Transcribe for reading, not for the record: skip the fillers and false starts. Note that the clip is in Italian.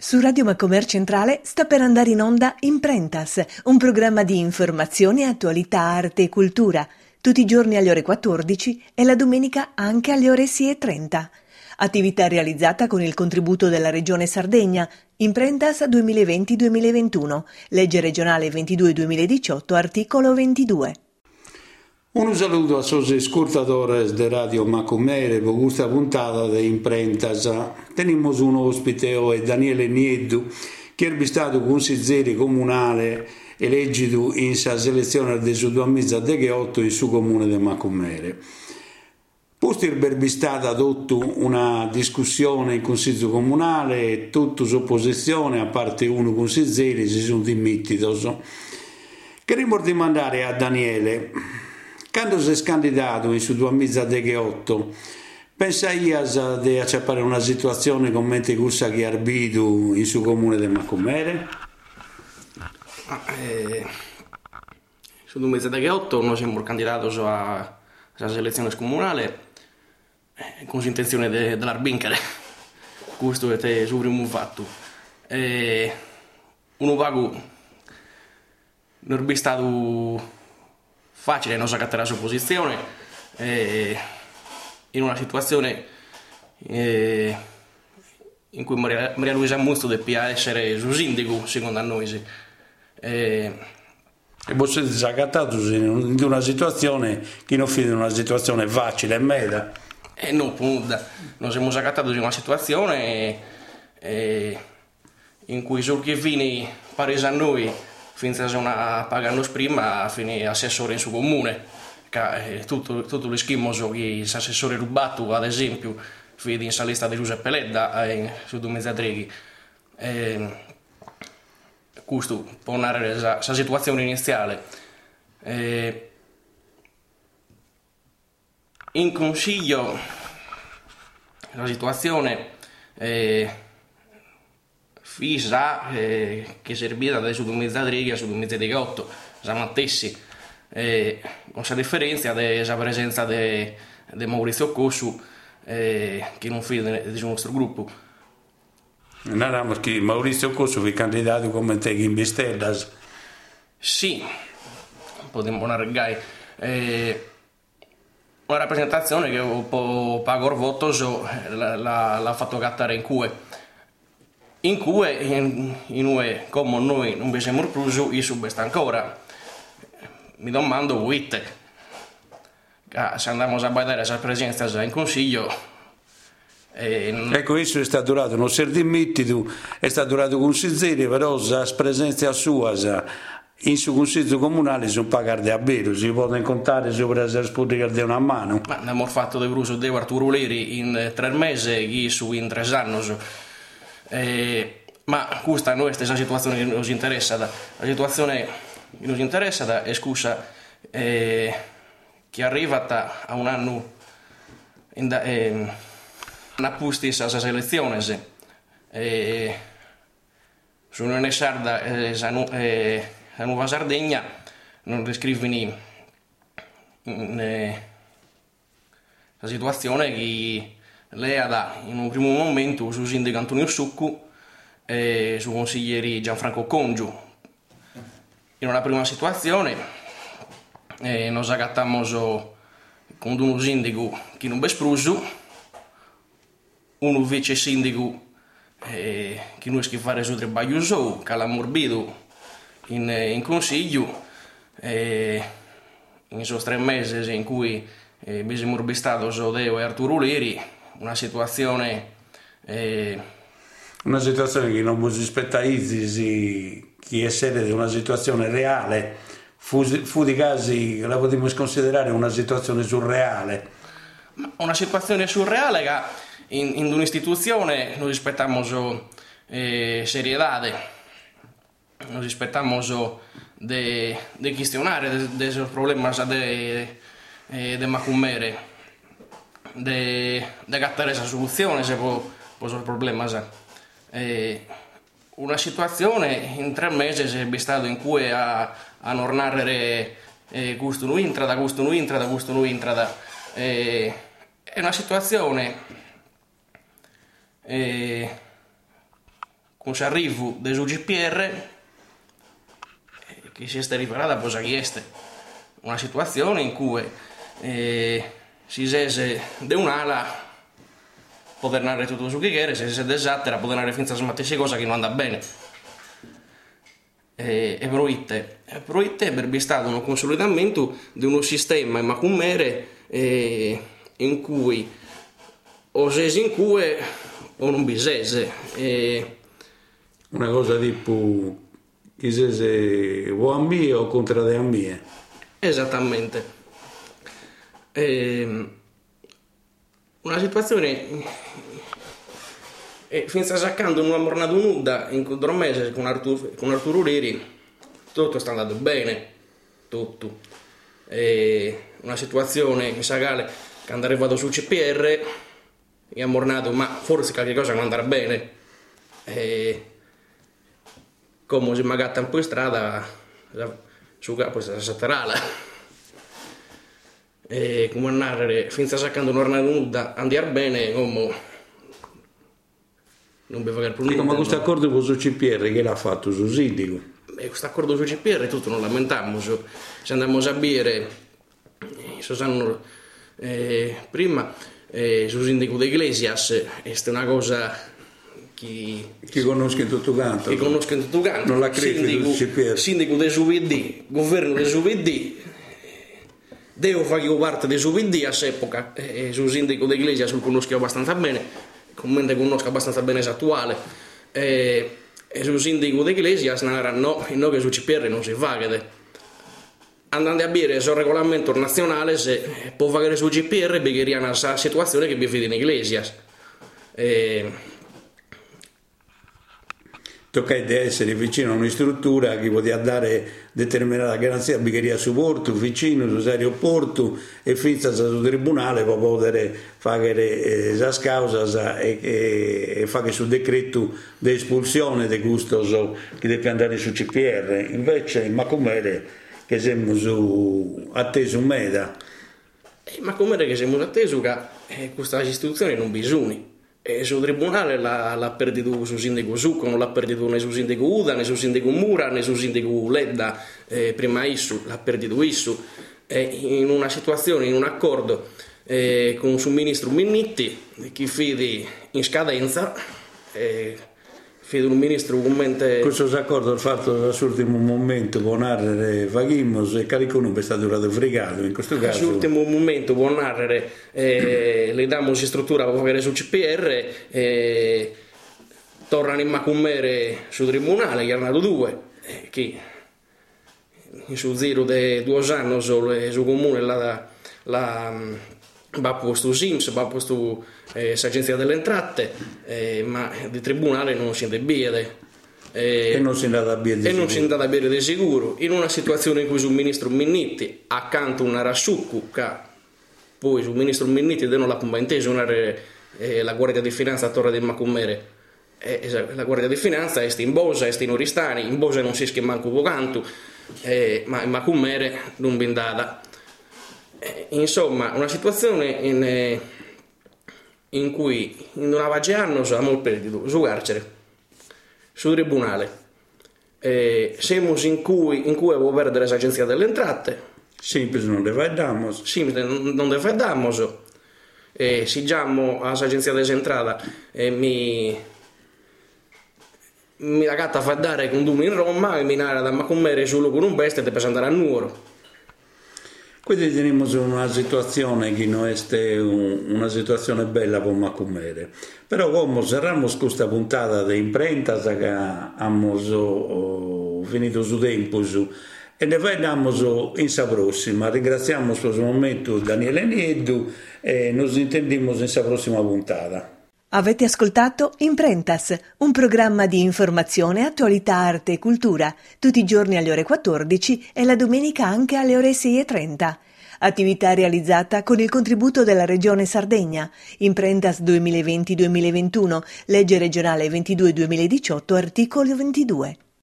Su Radio Macomer Centrale sta per andare in onda Imprentas, un programma di informazione, attualità, arte e cultura, tutti i giorni alle ore 14 e la domenica anche alle ore 6:30. Attività realizzata con il contributo della Regione Sardegna, Imprentas 2020-2021, legge regionale 22-2018, articolo 22. Un saluto a todos los ascoltadores de Radio Macomer per questa puntata di Imprentas. Tenemos un ospite, Daniele Nieddu, che è stato consigliere comunale elegito in sa selezione del 2018 in su comune di Macomer. Posto è stata tutto una discussione in consiglio comunale, tutta opposizione, a parte uno consigliere, si sono dimettiti. Vorremmo domandare a Daniele, quando si è candidato in su 2018, pensai di accettare una situazione come questa che ha arbito in su comune di Macomer? Sul 2018 noi siamo candidati alla selezione comunale con l'intenzione di vincere. Questo è il primo fatto. Un vago non è stato facile non saccattare la sua posizione in una situazione in cui Maria Luisa Musto deve essere il sindaco, secondo noi. E voi siete saccattati in una situazione che non è una situazione facile e meda. No, noi siamo saccattati in una situazione in cui sul che viene parese a noi finché una pagano prima a fine assessore in suo comune. Tutto lo schimo che l'assessore rubato, ad esempio, vedi in lista di Giuseppe Ledda su 2003. Questo può narrare la situazione iniziale. In consiglio la situazione fissa che serviva dal 2003 al 2018, Samattessi, con la differenza della presenza di Maurizio Cossu, che non fa del nostro gruppo. No, perché Maurizio Cossu è candidato come te in Bistellas. Sì, potremmo narrare. Una rappresentazione che un po' pago voto l'ha fatto cattare in cue. In cui noi, come noi non vi siamo pruso, io subesta ancora. Mi domando, se andiamo a vedere la presenza in consiglio. Ecco, questo è stato durato, non si è dimettito, è stato durato consigliere, però la presenza sua in su consiglio comunale sono pagate a vero, si può contare sopra la Repubblica di una mano. Ma abbiamo fatto del Bruso di Arturo Leri in 3 mesi, io su in 3 anni. Ma questa non è la situazione che ci interessa. La situazione che ci interessa è scusa che è arrivata a un anno una pustis alla selezione. Sull'Unione Sarda la Nuova Sardegna non descrivono la situazione che lei ha in un primo momento su sindaco Antonio Succu e su consiglieri Gianfranco Congiu. In una prima situazione noi agattammo con uno sindaco che non è espruso, uno vice sindaco che non è fare il suo lavoro, che l'ha morbido in consiglio, in sono 3 mesi in cui abbiamo morbistato Sodeo e Arturo Leri, una situazione che non vi aspettavate che essere una situazione reale, fu di casi la potremmo considerare una situazione surreale. Una situazione surreale che in un'istituzione noi aspettiamo serietà, noi aspettiamo di questionare dei problemi di Macomer, di cattare la soluzione se può il problema. Una situazione in 3 mesi è stato in cui a non narrare questo non entra, questo non entra. È una situazione con l'arrivo del GPR che si è rivelata cosa chieste una situazione in cui si sese de un'ala poter narrare tutto su che chiede, se si è esatta poter narrare finza smattesse cosa che non andava bene e proitte per stato un consolidamento di uno sistema macumere in cui o sesi in cui o non bisese una cosa tipo chi se o a mie o contro le mie. Esattamente. Una situazione finza saccando una giornata nuda in 4 mesi con Arturo Riri tutto sta andando bene, tutto. Una situazione in Sagale che andava arrivato sul CPR e ha mornato, ma forse qualche cosa non andrà bene. Come si magata un po' in strada su questa satterala. Come narrare finza saccando una giornata nuda andare bene, come non mi fare più niente. Ma questo accordo con il CPR che l'ha fatto sul sindaco? Questo accordo sul CPR tutto non lamentiamo, se andiamo a bere prima sul sindaco di Iglesias è una cosa che conosce in tutto canto, non la credo. Sindaco del SUVD, governo del SUVD, devo fare parte del SUVD a quell'epoca, sul sindaco di Iglesias lo conosco abbastanza bene, comunque conosco abbastanza bene l'attuale, e sul sindaco di Iglesias no che sul CPR non si fa, andando a bere sul regolamento nazionale se può fare sul CPR perché è una situazione che vi vede in Iglesias. Tocca di essere vicino a una struttura che poteva dare determinata garanzia perché supporto vicino sull'aeroporto e finza sul tribunale per poter fare la causa e fare sul decreto di espulsione di questo che deve andare sul CPR. Invece in Macumere che siamo attesi un meta. Ma come che siamo attesi che questa istituzione non bisogna. Sul tribunale l'ha perduto sul sindaco Zucco, non l'ha perduto né sul sindaco Uda, né sul sindaco Mura, né sul sindaco Ledda, prima Issu, l'ha perduto Issu. In una situazione, in un accordo con il ministro Minnitti, che fidi in scadenza, fidi un ministro commente... Questo accordo è fatto all'ultimo momento con Arrere Vaghimos e Caliconu è stato durato fregato in questo caso. All'ultimo momento con Arrere le diamo struttura per fare sul CPR, tornano in Macumere sul tribunale, che erano 2, che su zero di 2 anni sul comune va posto SIMS, va posto l'agenzia delle entrate, ma di tribunale non si debbiede. E non si è andata a bere di sicuro. In una situazione in cui sul ministro Minnitti accanto una Rassuccu, che poi sul ministro Minnitti non l'ha inteso la Guardia di Finanza a Torre del Macumere. La Guardia di Finanza è in Bosa, è in Oristani, in Bosa non si schia manco pocanto, ma in Macumere non bindata. Insomma, una situazione in cui in una vagge anno siamo perduti su carcere, sul tribunale, siamo in cui può perdere l'agenzia delle entrate. Semplice non le faiamo. Non le faiamo. Se giamo all'agenzia delle entrate mi la gatta fa dare con Dumi in Roma e mi narra da Macumere solo con un bestia per andare a Nuoro. Quindi teniamo una situazione che non è una situazione bella per Macumere. Però come cerramos questa puntata di imprenta che abbiamo finito su tempo e ne vediamo in sa prossima. Ringraziamo per questo momento Daniele Nieddu e nos intendiamo in sa prossima puntata. Avete ascoltato Imprentas, un programma di informazione, attualità, arte e cultura, tutti i giorni alle ore 14 e la domenica anche alle ore 6:30. Attività realizzata con il contributo della Regione Sardegna. Imprentas 2020-2021, legge regionale 22-2018, articolo 22.